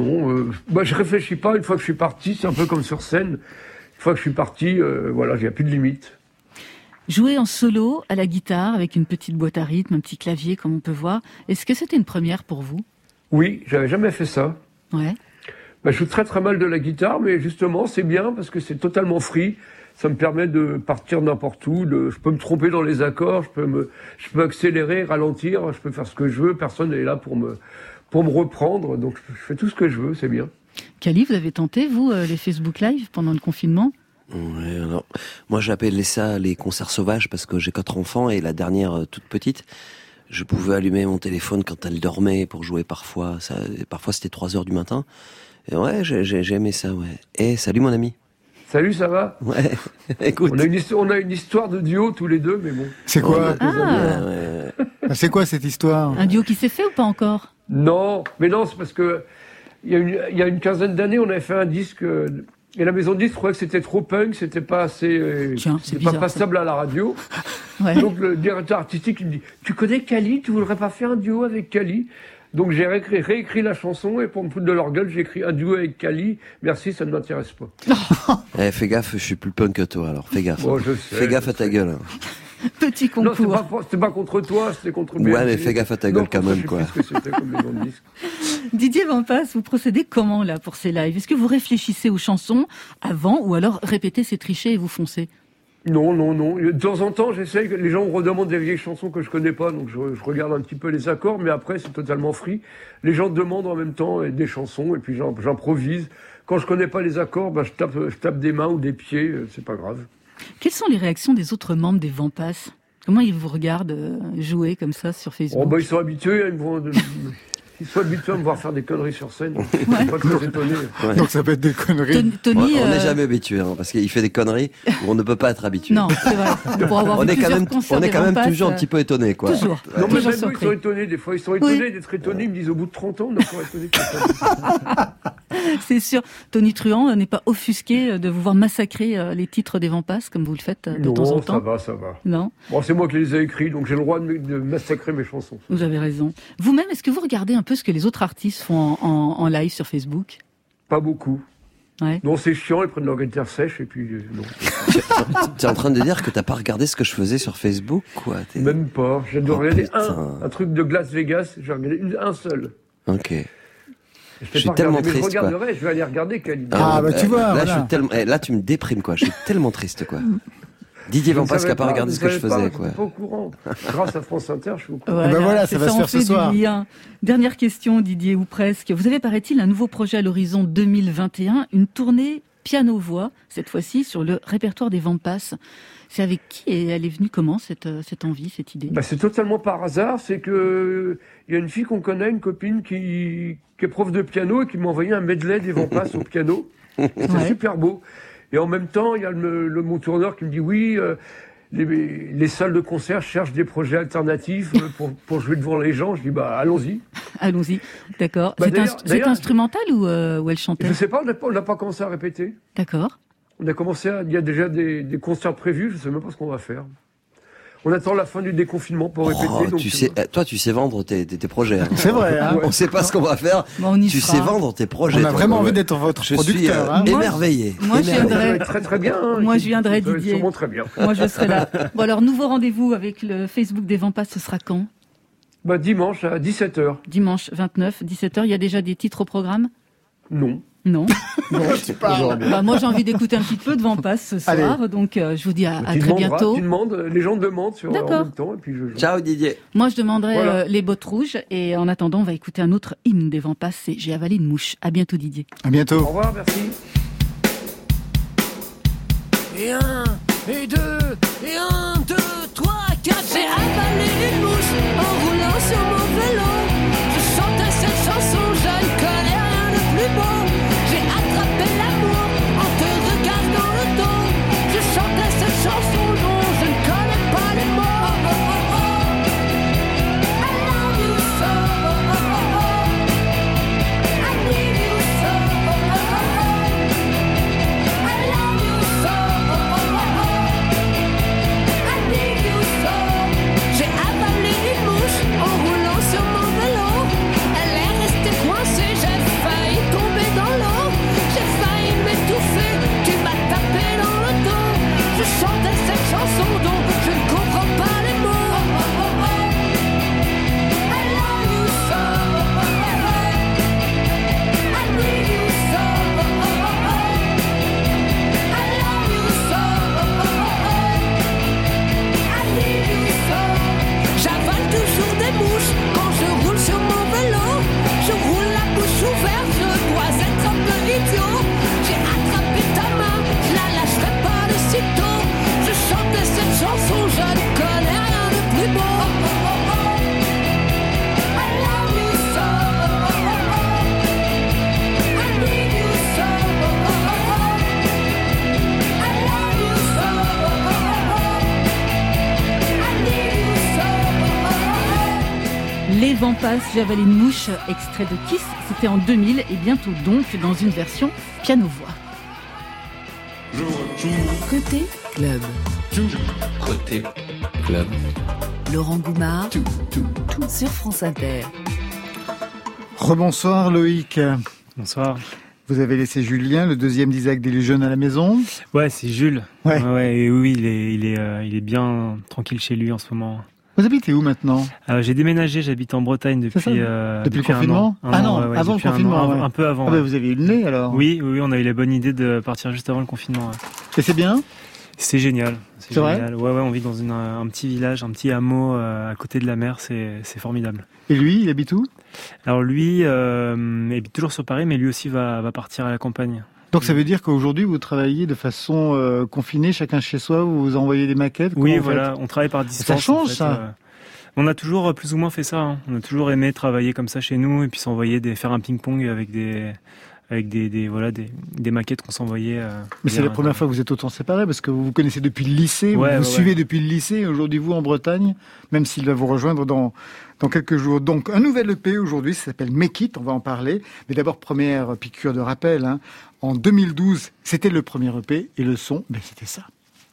Je réfléchis pas. Une fois que je suis parti, c'est un peu comme sur scène. Une fois que je suis parti, il n'y a plus de limite. Jouer en solo à la guitare avec une petite boîte à rythme, un petit clavier comme on peut voir. Est-ce que c'était une première pour vous ? Oui, j'avais jamais fait ça. Ouais. Je joue très très mal de la guitare, mais justement c'est bien parce que c'est totalement free. Ça me permet de partir n'importe où. Je peux me tromper dans les accords, je peux accélérer, ralentir, je peux faire ce que je veux. Personne n'est là pour me reprendre, donc je fais tout ce que je veux, c'est bien. Cali, vous avez tenté, vous, les Facebook Live pendant le confinement ? Ouais, alors, moi j'appelais ça les concerts sauvages parce que j'ai 4 enfants et la dernière toute petite, je pouvais allumer mon téléphone quand elle dormait pour jouer parfois. Parfois c'était 3h du matin. Et ouais, j'ai aimé ça, ouais. Et salut mon ami. Salut, ça va ? Ouais, écoute. On a une histoire de duo tous les deux, mais bon. C'est quoi ? Ouais. C'est quoi cette histoire ? Un duo qui s'est fait ou pas encore ? Non, c'est parce que il y a une quinzaine d'années, on avait fait un disque et la maison de disque trouvait que c'était trop punk, c'était pas assez, c'est pas passable à la radio. Ouais. Donc le directeur artistique il me dit, tu connais Cali, tu voudrais pas faire un duo avec Cali ? Donc j'ai réécrit la chanson et pour me foutre de leur gueule, j'ai écrit un duo avec Cali. Merci, ça ne m'intéresse pas. Fais gaffe, je suis plus punk que toi, alors fais gaffe. Oh, je sais, fais gaffe à ta gueule. Petit concours. Non, c'était pas contre toi, c'était contre moi. Ouais, mais fais gaffe à ta gueule quand même, quoi. Que c'était comme maison de disque. Didier Vampas, vous procédez comment là pour ces lives ? Est-ce que vous réfléchissez aux chansons avant ou alors répétez, c'est tricher et vous foncez ? Non. De temps en temps, j'essaye. Les gens me redemandent des vieilles chansons que je connais pas, donc je regarde un petit peu les accords, mais après c'est totalement free. Les gens demandent en même temps des chansons et puis j'improvise. Quand je connais pas les accords, je tape des mains ou des pieds, c'est pas grave. Quelles sont les réactions des autres membres des Vampas ? Comment ils vous regardent jouer comme ça sur Facebook ? Ils sont habitués, ils sont habitués à me voir faire des conneries sur scène. Ouais. Je suis pas très étonné. Ouais. Donc ça peut être des conneries. Tony, on n'est jamais habitué, parce qu'il fait des conneries où on ne peut pas être habitué. Non, c'est vrai. Pour avoir on est quand même toujours un petit peu étonné, quoi. Toujours. Non, mais toujours même eux, ils sont étonnés. Des fois, ils sont étonnés d'être étonnés. Ils me disent, au bout de 30 ans, on est encore étonnés. C'est sûr. Tony Truant n'est pas offusqué de vous voir massacrer les titres des Vents Passent, comme vous le faites de temps en temps. Non, ça va. Non. Bon, c'est moi qui les ai écrits, donc j'ai le droit de massacrer mes chansons. Vous avez raison. Vous-même, est-ce que vous regardez un peu ce que les autres artistes font en live sur Facebook? Pas beaucoup. Ouais. Non, c'est chiant, ils prennent leur guitare sèche et puis non. T'es en train de dire que t'as pas regardé ce que je faisais sur Facebook, quoi? Même pas. J'ai dû regarder un truc de Las Vegas, j'ai regardé un seul. Ok. Je suis tellement triste, je regarderai, je vais aller regarder Khalid. Tu vois, là, je suis là, tu me déprimes, quoi. Je suis tellement triste, quoi. Didier Vents Passent qui a pas regardé ce que je faisais, quoi. Je suis pas au courant. Grâce à France Inter, je suis au courant. Voilà, ça va se faire ce soir. Dernière question, Didier, ou presque. Vous avez, paraît-il, un nouveau projet à l'horizon 2021, une tournée piano-voix, cette fois-ci sur le répertoire des Vents Passent. C'est avec qui et elle est venue comment, cette envie, cette idée? C'est totalement par hasard. C'est que il y a une fille qu'on connaît, une copine qui est prof de piano et qui m'a envoyé un medley des Vents Passent au piano. C'était super beau. Et en même temps, il y a le mon tourneur qui me dit oui, les salles de concert cherchent des projets alternatifs pour jouer devant les gens. Je dis allons-y. Allons-y, d'accord. C'est instrumental ou elle chantait? Je sais pas, on n'a pas commencé à répéter. D'accord. On a commencé il y a déjà des concerts prévus, je sais même pas ce qu'on va faire. On attend la fin du déconfinement pour répéter. Donc tu sais vendre tes projets. Hein. C'est vrai. Hein. On sait pas ce qu'on va faire. Tu sais vendre tes projets. On a vraiment envie d'être votre producteur. Je suis émerveillé. Moi, je viendrai. Très bien. Moi, je viendrai, Didier. Sûrement très bien. Moi, je serai là. Bon, alors, nouveau rendez-vous avec le Facebook des Vents Passent, ce sera quand? Dimanche à 17h. Dimanche 29, 17h. Il y a déjà des titres au programme? Non. Bon. Moi, j'ai envie d'écouter un petit peu de Vents Passent ce soir. Allez. Donc, je vous dis à très bientôt. Les gens demandent en même temps. Et puis Ciao, Didier. Moi, je demanderai les bottes rouges. Et en attendant, on va écouter un autre hymne des Vents Passent. C'est J'ai avalé une mouche. À bientôt, Didier. À bientôt. Au revoir, merci. Et 1, et 2, et 1, 2, 3, 4. J'ai avalé une mouche en roulant sur mon vélo. Je chantais cette chanson, je ne connais rien de plus beau. J'ai attrapé l'amour en te regardant le dos. Je chantais cette chanson dont je ne connais pas les mots. I love you so. I need you so. I love you so. I need you so. J'ai avalé une mouche en roulant sur mon vélo. Elle est restée coincée, j'ai failli tomber dans l'eau. J'ai failli m'étouffer, tu m'as tapé dans le dos. Je chantais cette chanson dont je ne comprends pas les mots. I love you so. I need you so. I love you so. I need you so. J'avale toujours des mouches quand je roule sur mon vélo. Je roule la bouche ouverte, je dois être un peu idiot. J'ai attrapé ta main, je la lâcherai pas de sitôt. Je chantais cette chanson, je ne connais rien de plus beau. I love you so. I need you so. I love you so. I need you so. Les Vents Passent, J'avale une mouche, extrait de Kiss. C'était en 2000 et bientôt donc dans une version piano-voix. Côté club. Côté club. Laurent Goumard sur France Inter. Rebonsoir Loïc. Bonsoir. Vous avez laissé Julien, le deuxième d'Isaac Delusion, à la maison. Ouais, c'est Jules. Ouais. Et oui, il est bien tranquille chez lui en ce moment. Vous habitez où maintenant? J'ai déménagé, j'habite en Bretagne depuis le confinement. Avant le confinement. Un peu avant. Vous avez eu le nez alors? Oui, on a eu la bonne idée de partir juste avant le confinement. Ouais. Et c'est bien? C'est génial. C'est vrai? Ouais, on vit dans un petit village, un petit hameau à côté de la mer, c'est formidable. Et lui, il habite où? Alors lui, il habite toujours sur Paris, mais lui aussi va partir à la campagne. Donc ça veut dire qu'aujourd'hui vous travaillez de façon confinée, chacun chez soi, vous vous envoyez des maquettes? Oui, voilà, on travaille par distance. Ça change, en fait, ça. On a toujours plus ou moins fait ça. Hein. On a toujours aimé travailler comme ça chez nous et puis faire un ping-pong avec avec des maquettes qu'on s'envoyait. Mais c'est la première fois que vous êtes autant séparés, parce que vous vous connaissez depuis le lycée, vous suivez depuis le lycée, aujourd'hui vous en Bretagne, même s'il va vous rejoindre dans quelques jours. Donc un nouvel EP aujourd'hui, ça s'appelle Make It, on va en parler. Mais d'abord, première piqûre de rappel, hein. En 2012, c'était le premier EP, et le son, c'était ça.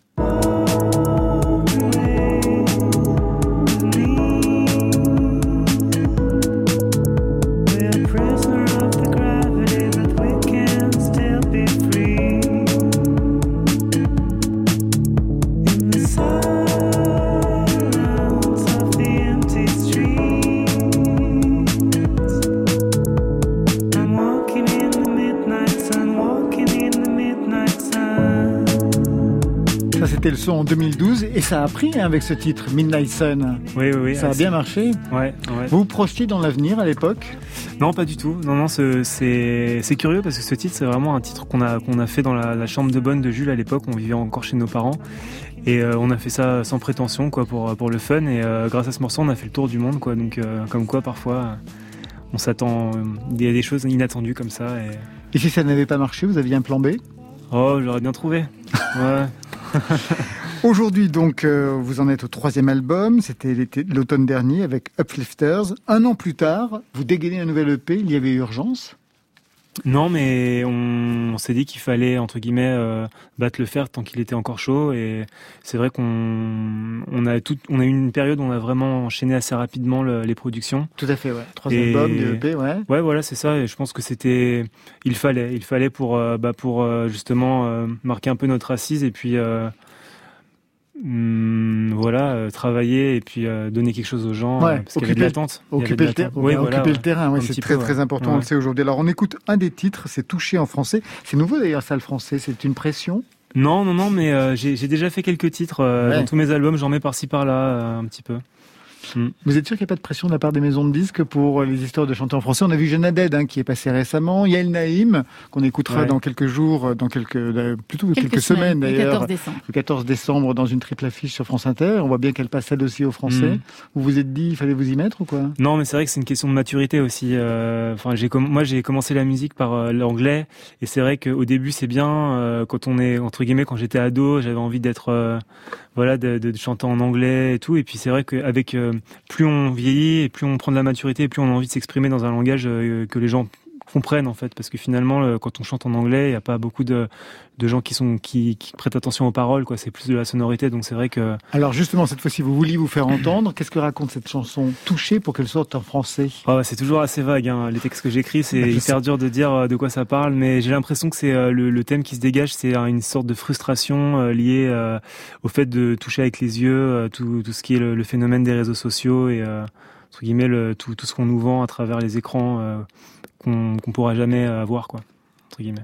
C'était le son en 2012 et ça a pris avec ce titre Midnight Sun. Oui. Ça a bien marché. Ouais. Vous vous projetiez dans l'avenir à l'époque ? Non, pas du tout. Non, c'est curieux parce que ce titre, c'est vraiment un titre qu'on a fait dans la chambre de bonne de Jules à l'époque. On vivait encore chez nos parents et on a fait ça sans prétention, quoi, pour le fun. Et grâce à ce morceau, on a fait le tour du monde, quoi. Donc, comme quoi, parfois, on s'attend à des choses inattendues comme ça. Et si ça n'avait pas marché, vous aviez un plan B ? Oh, j'aurais bien trouvé. Ouais. Aujourd'hui, donc, vous en êtes au 3e album. C'était l'automne dernier avec Uplifters. 1 an plus tard, vous dégainez un nouvel EP. Il y avait urgence ? Non, mais on s'est dit qu'il fallait, entre guillemets, battre le fer tant qu'il était encore chaud. Et c'est vrai qu'on a eu une période où on a vraiment enchaîné assez rapidement les productions. Tout à fait, ouais. 3 albums, des EP, ouais. Ouais, voilà, c'est ça. Et je pense que il fallait pour justement marquer un peu notre assise et puis travailler et puis donner quelque chose aux gens, parce qu'il y avait de l'attente. Occuper le terrain, ouais, c'est très important, on le sait aujourd'hui. Alors on écoute un des titres, c'est Touché en français. C'est nouveau d'ailleurs ça, le français, c'est une pression ? Non, mais j'ai déjà fait quelques titres dans tous mes albums, j'en mets par-ci par-là un petit peu. Vous êtes sûr qu'il n'y a pas de pression de la part des maisons de disques pour les histoires de chanteurs en français ? On a vu Jeanne Haddad qui est passé récemment, Yael Naïm qu'on écoutera dans quelques jours, quelques semaines d'ailleurs, le 14 décembre dans une triple affiche sur France Inter. On voit bien qu'elle passe elle aussi aux Français. Vous vous êtes dit il fallait vous y mettre ou quoi ? Non, mais c'est vrai que c'est une question de maturité aussi. Moi j'ai commencé la musique par l'anglais et c'est vrai qu'au début c'est bien quand on est entre guillemets, quand j'étais ado, j'avais envie d'être de chanter en anglais et tout. Et puis c'est vrai qu'avec plus on vieillit et plus on prend de la maturité et plus on a envie de s'exprimer dans un langage que les gens comprennent en fait, parce que finalement quand on chante en anglais, il n'y a pas beaucoup de gens qui prêtent attention aux paroles, quoi. C'est plus de la sonorité, donc c'est vrai que... Alors justement, cette fois-ci, vous vouliez vous faire entendre. Qu'est-ce que raconte cette chanson Touché pour qu'elle sorte en français ? C'est toujours assez vague, hein. Les textes que j'écris, c'est hyper dur de dire de quoi ça parle, mais j'ai l'impression que c'est le thème qui se dégage, c'est une sorte de frustration liée au fait de toucher avec les yeux tout ce qui est le phénomène des réseaux sociaux et entre guillemets tout ce qu'on nous vend à travers les écrans qu'on pourra jamais avoir, quoi, entre guillemets.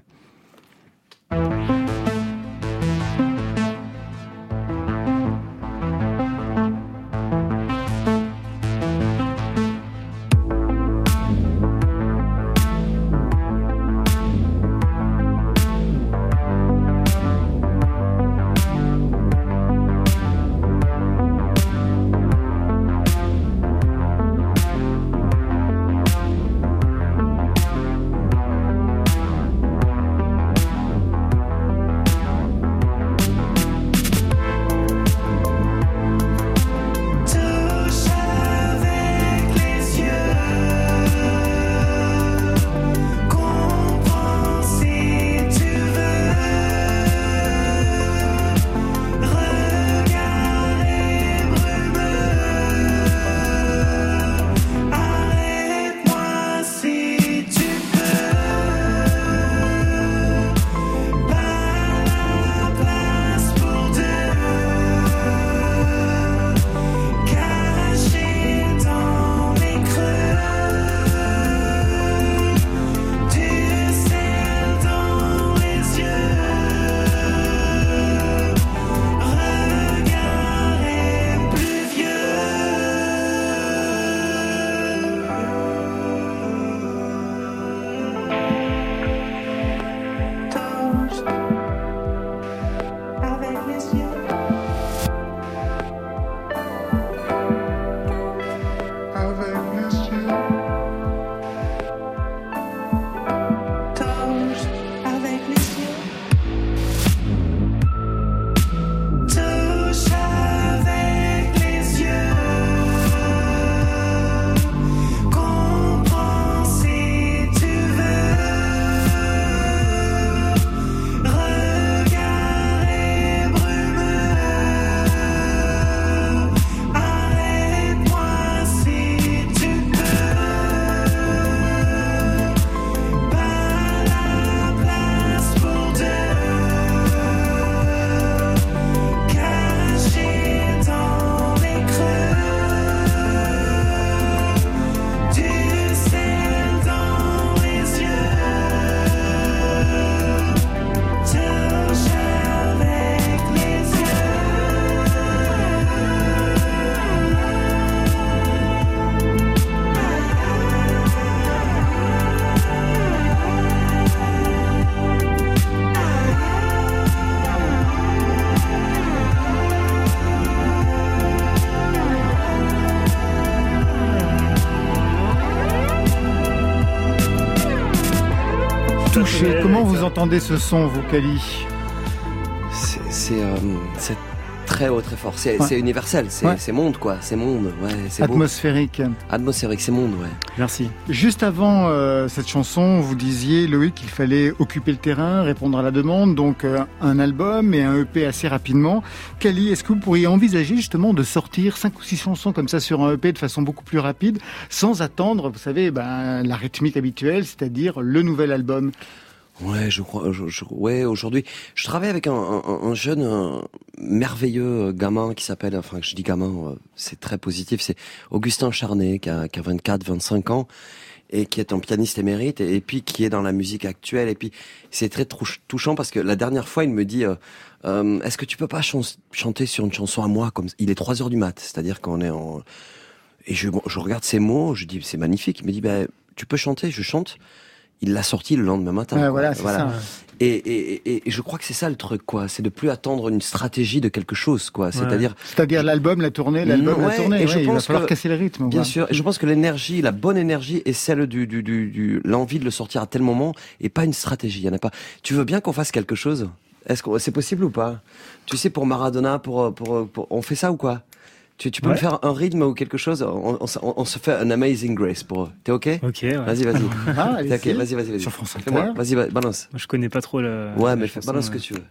Comment vous entendez ce son, vous, Kali ? C'est très haut, très fort. C'est universel, c'est monde, quoi. C'est monde, ouais. C'est atmosphérique. Beau. Atmosphérique, c'est monde, ouais. Merci. Juste avant cette chanson, vous disiez, Loïc, qu'il fallait occuper le terrain, répondre à la demande, donc un album et un EP assez rapidement. Kali, est-ce que vous pourriez envisager justement de sortir 5 ou 6 chansons comme ça sur un EP de façon beaucoup plus rapide, sans attendre, vous savez, la rythmique habituelle, c'est-à-dire le nouvel album ? Ouais, je crois. Ouais, aujourd'hui, je travaille avec un jeune, merveilleux gamin qui s'appelle, enfin, je dis gamin, c'est très positif, c'est Augustin Charnet, qui a 24-25 ans, et qui est un pianiste émérite, et puis qui est dans la musique actuelle, et puis c'est très touchant parce que la dernière fois, il me dit, est-ce que tu peux pas chanter sur une chanson à moi, comme il est 3h du mat, c'est-à-dire qu'on est en, et je regarde ses mots, je dis, c'est magnifique, il me dit, tu peux chanter, je chante. Il l'a sorti le lendemain matin. Voilà, c'est ça. Et je crois que c'est ça le truc, quoi. C'est de plus attendre une stratégie de quelque chose, quoi. C'est-à-dire l'album, la tournée, la tournée. Et il va falloir casser le rythme. Bien sûr. Et je pense que l'énergie, la bonne énergie, est celle du l'envie de le sortir à tel moment, et pas une stratégie. Il y en a pas. Tu veux bien qu'on fasse quelque chose? Est-ce que c'est possible ou pas? Tu sais, pour Maradona, on fait ça ou quoi? Tu peux me faire un rythme ou quelque chose? On se fait un Amazing Grace pour eux. T'es ok? Ok, ouais. Vas-y. T'es ok, vas-y. Sur France Inter. Fais-moi, vas-y, balance. Moi, je connais pas trop le. Ouais, mais balance ce que tu veux.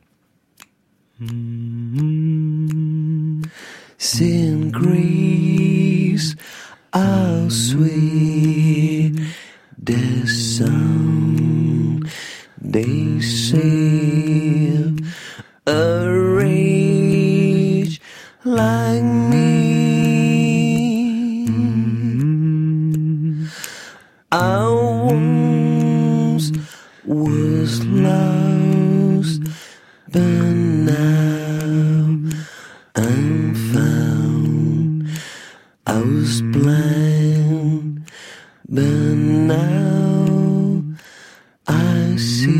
Sing Greece, how sweet the sound they sing, a rage like me. I once was lost, but now I'm found. I was blind, but now I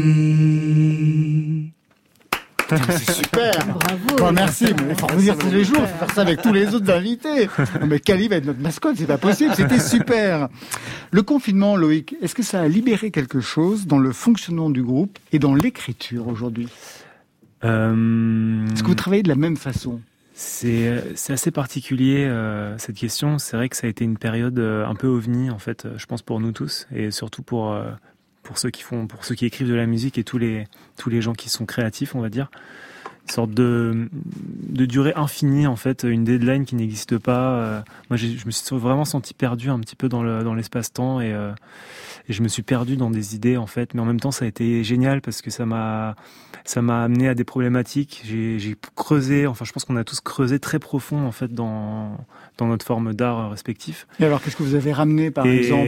see. C'est super. Bravo. Merci. Il faut revenir tous les jours. Il faut faire ça avec tous les autres invités. Non, mais Kali va être notre mascotte. C'est pas possible. C'était super. Le confinement, Loïc, est-ce que ça a libéré quelque chose dans le fonctionnement du groupe et dans l'écriture aujourd'hui? Est-ce que vous travaillez de la même façon? C'est assez particulier cette question. C'est vrai que ça a été une période un peu ovni en fait, je pense pour nous tous et surtout pour ceux qui écrivent de la musique et tous les gens qui sont créatifs, on va dire. Une sorte de durée infinie en fait, une deadline qui n'existe pas. Moi, je me suis vraiment senti perdu un petit peu dans l'espace-temps et je me suis perdu dans des idées en fait. Mais en même temps, ça a été génial parce que ça m'a amené à des problématiques. J'ai creusé. Enfin, je pense qu'on a tous creusé très profond en fait dans notre forme d'art respectif. Et alors, qu'est-ce que vous avez ramené par exemple?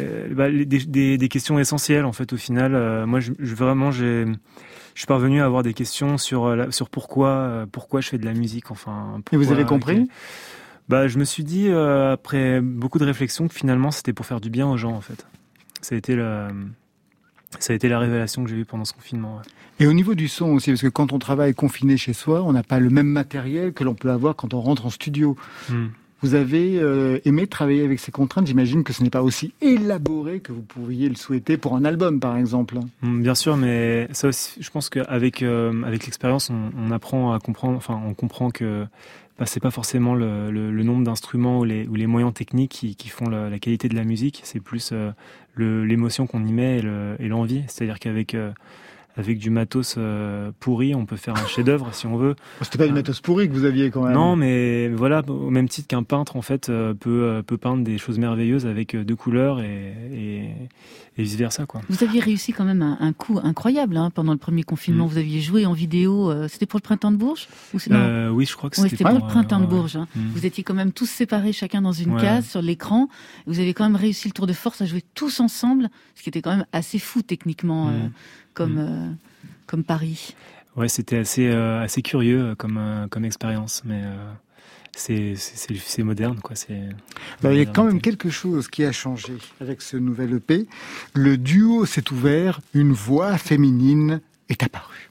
Des questions essentielles en fait. Au final, moi, je suis parvenu à avoir des questions sur pourquoi je fais de la musique. Enfin, et vous avez compris? Je me suis dit après beaucoup de réflexions que finalement c'était pour faire du bien aux gens en fait. Ça a été la révélation que j'ai eue pendant ce confinement. Ouais. Et au niveau du son aussi, parce que quand on travaille confiné chez soi, on n'a pas le même matériel que l'on peut avoir quand on rentre en studio. Vous avez aimé travailler avec ces contraintes. J'imagine que ce n'est pas aussi élaboré que vous pourriez le souhaiter pour un album, par exemple. Bien sûr, mais ça aussi, je pense qu'avec l'expérience, on apprend à comprendre. Enfin, on comprend que c'est pas forcément le nombre d'instruments ou les moyens techniques qui font la qualité de la musique. C'est plus l'émotion qu'on y met et l'envie. C'est-à-dire qu'avec du matos pourri, on peut faire un chef-d'œuvre si on veut. C'était pas du matos pourri que vous aviez quand même. Non, mais voilà, au même titre qu'un peintre en fait peut peindre des choses merveilleuses avec deux couleurs et vice versa quoi. Vous aviez réussi quand même un coup incroyable pendant le premier confinement. Vous aviez joué en vidéo. C'était pour le Printemps de Bourges ou oui, je crois que c'était pour le Printemps de Bourges. Vous étiez quand même tous séparés, chacun dans une case sur l'écran. Vous avez quand même réussi le tour de force à jouer tous ensemble, ce qui était quand même assez fou techniquement. Comme Paris. Ouais, c'était assez curieux comme expérience, mais c'est moderne quoi. Il y a quand même quelque chose qui a changé avec ce nouvel EP. Le duo s'est ouvert, une voix féminine est apparue.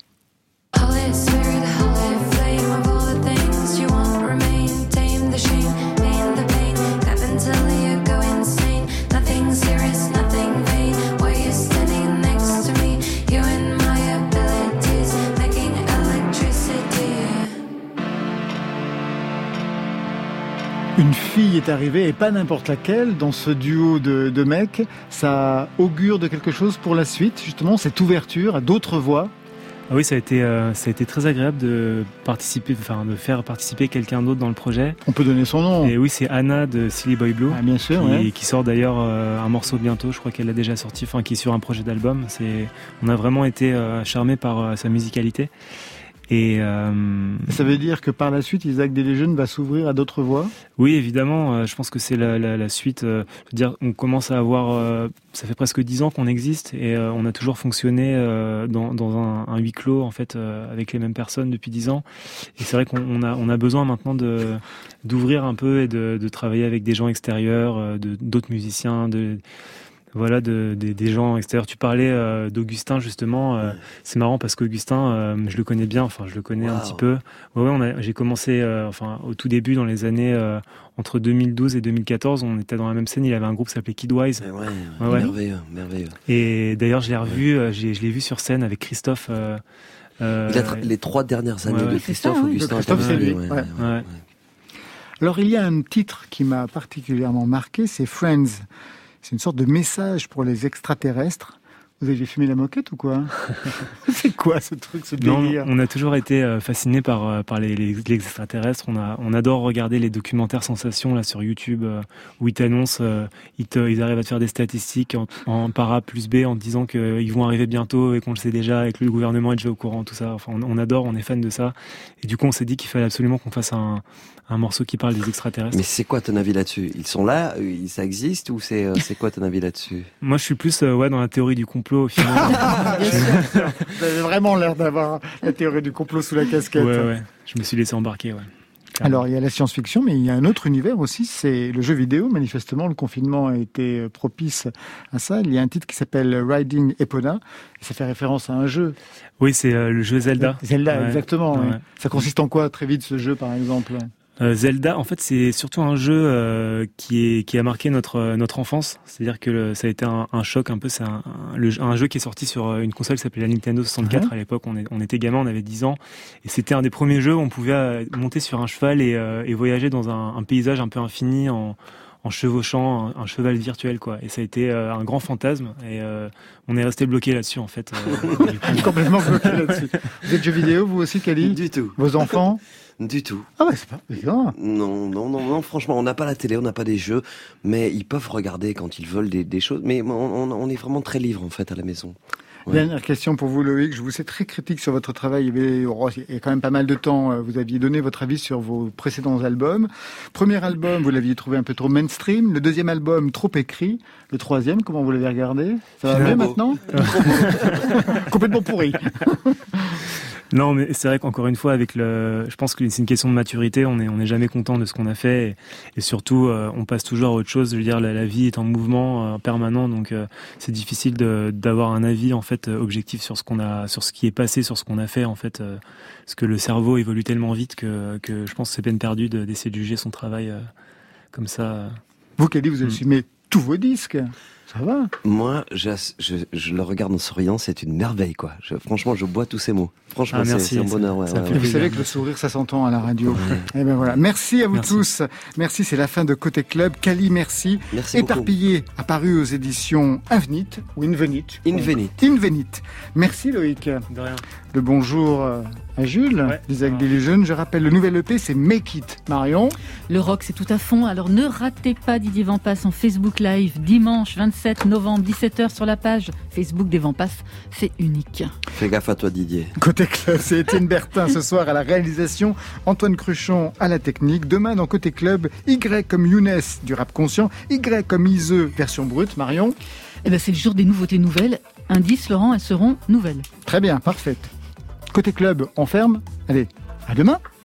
You in my Une fille est arrivée, et pas n'importe laquelle, dans ce duo de mecs. Ça augure de quelque chose pour la suite, justement, cette ouverture à d'autres voix. Ah oui, ça a été très agréable de faire participer quelqu'un d'autre dans le projet. On peut donner son nom. Et oui, c'est Anna de Silly Boy Blue. Ah, bien sûr, qui sort d'ailleurs un morceau bientôt. Je crois qu'elle l'a déjà sorti, qui est sur un projet d'album. On a vraiment été charmés par sa musicalité. Et ça veut dire que par la suite, Isaac Desléjeunes va s'ouvrir à d'autres voix ? Oui, évidemment. Je pense que c'est la suite. Je veux dire, on commence à avoir. Ça fait presque 10 ans qu'on existe et on a toujours fonctionné dans un huis clos en fait, avec les mêmes personnes depuis 10 ans. Et c'est vrai qu'on a besoin maintenant d'ouvrir un peu et de travailler avec des gens extérieurs, d'autres musiciens, des gens extérieurs. Tu parlais d'Augustin justement. C'est marrant parce qu'Augustin, je le connais bien. Enfin, je le connais un petit peu. J'ai commencé, au tout début dans les années entre 2012 et 2014, on était dans la même scène. Il avait un groupe qui s'appelait Kidwise. Merveilleux. Et d'ailleurs, je l'ai revu. Je l'ai vu sur scène avec Christophe. Les 3 dernières années de Christophe, Augustin. Christophe, c'est lui. Alors, il y a un titre qui m'a particulièrement marqué, c'est Friends. C'est une sorte de message pour les extraterrestres. Vous avez fumé la moquette ou quoi ? C'est quoi ce truc, ce délire ? Non, on a toujours été fascinés par les extraterrestres. On adore regarder les documentaires sensations là sur YouTube où ils t'annoncent, ils arrivent à te faire des statistiques en par A plus B en te disant qu'ils vont arriver bientôt et qu'on le sait déjà et que le gouvernement est déjà au courant, tout ça. Enfin, on adore, on est fan de ça. Et du coup, on s'est dit qu'il fallait absolument qu'on fasse un morceau qui parle des extraterrestres. Mais c'est quoi ton avis là-dessus ? Ils sont là, ça existe ou c'est quoi ton avis là-dessus ? Moi, je suis plus dans la théorie du complot au final. Vous avez vraiment l'air d'avoir la théorie du complot sous la casquette. Ouais. Je me suis laissé embarquer, Alors, il y a la science-fiction, mais il y a un autre univers aussi, c'est le jeu vidéo. Manifestement, le confinement a été propice à ça. Il y a un titre qui s'appelle Riding Epona, et ça fait référence à un jeu. Oui, c'est le jeu Zelda. Zelda, exactement. Ouais. Oui. Ça consiste en quoi, très vite, ce jeu, par exemple ? Zelda, en fait, c'est surtout un jeu qui a marqué notre enfance. C'est-à-dire que ça a été un choc un peu. C'est un jeu qui est sorti sur une console qui s'appelait la Nintendo 64 à l'époque. On était gamin, on avait 10 ans, et c'était un des premiers jeux où on pouvait monter sur un cheval et voyager dans un paysage un peu infini en chevauchant un cheval virtuel, quoi. Et ça a été un grand fantasme et on est resté bloqué là-dessus, en fait. Complètement bloqué là-dessus. Vous êtes jeux vidéo, vous aussi, Kali ? Du tout. Vos enfants ? Du tout. Ah ouais, c'est pas évident. Non, franchement, on n'a pas la télé, on n'a pas des jeux, mais ils peuvent regarder quand ils veulent des choses, mais on est vraiment très libre, en fait, à la maison. Ouais. Dernière question pour vous, Loïc. Je vous sais très critique sur votre travail. Il y a quand même pas mal de temps. Vous aviez donné votre avis sur vos précédents albums. Premier album, vous l'aviez trouvé un peu trop mainstream. Le deuxième album, trop écrit. Le troisième, comment vous l'avez regardé ? Ça va mieux maintenant ? Complètement pourri. Non, mais c'est vrai qu'encore une fois, je pense que c'est une question de maturité. On est jamais content de ce qu'on a fait, et surtout, on passe toujours à autre chose. Je veux dire, la vie est en mouvement permanent, donc c'est difficile d'avoir un avis en fait objectif sur ce qui est passé, sur ce qu'on a fait en fait, parce que le cerveau évolue tellement vite que je pense que c'est peine perdue d'essayer de juger son travail comme ça. Vous, Kali, vous assumez tous vos disques. Ça va. Moi, je le regarde en souriant, c'est une merveille, quoi. Franchement, je bois tous ces mots. Franchement, c'est un bonheur. Vous savez que le sourire, ça s'entend à la radio. Et ben voilà. Merci à vous tous. Merci, c'est la fin de Côté Club. Kali, merci. Éparpillé, apparu aux éditions Invenit ou Invenit. Merci, Loïc. De rien. Le bonjour à Jules, Isaac Desléjeunes. Je rappelle, le nouvel EP, c'est Make It. Marion. Le rock, c'est tout à fond. Alors ne ratez pas Didier Vampas en Facebook Live dimanche 27 novembre 17h sur la page Facebook des Vampas. C'est unique. Fais gaffe à toi, Didier. Côté Club, c'est Étienne Bertin ce soir à la réalisation, Antoine Cruchon à la technique. Demain dans Côté Club, Y comme Younes du rap conscient, Y comme Iseux version brute. Marion. C'est le jour des nouveautés nouvelles. Indice, Laurent, elles seront nouvelles. Très bien, parfait. Côté Club, on ferme. Allez, à demain.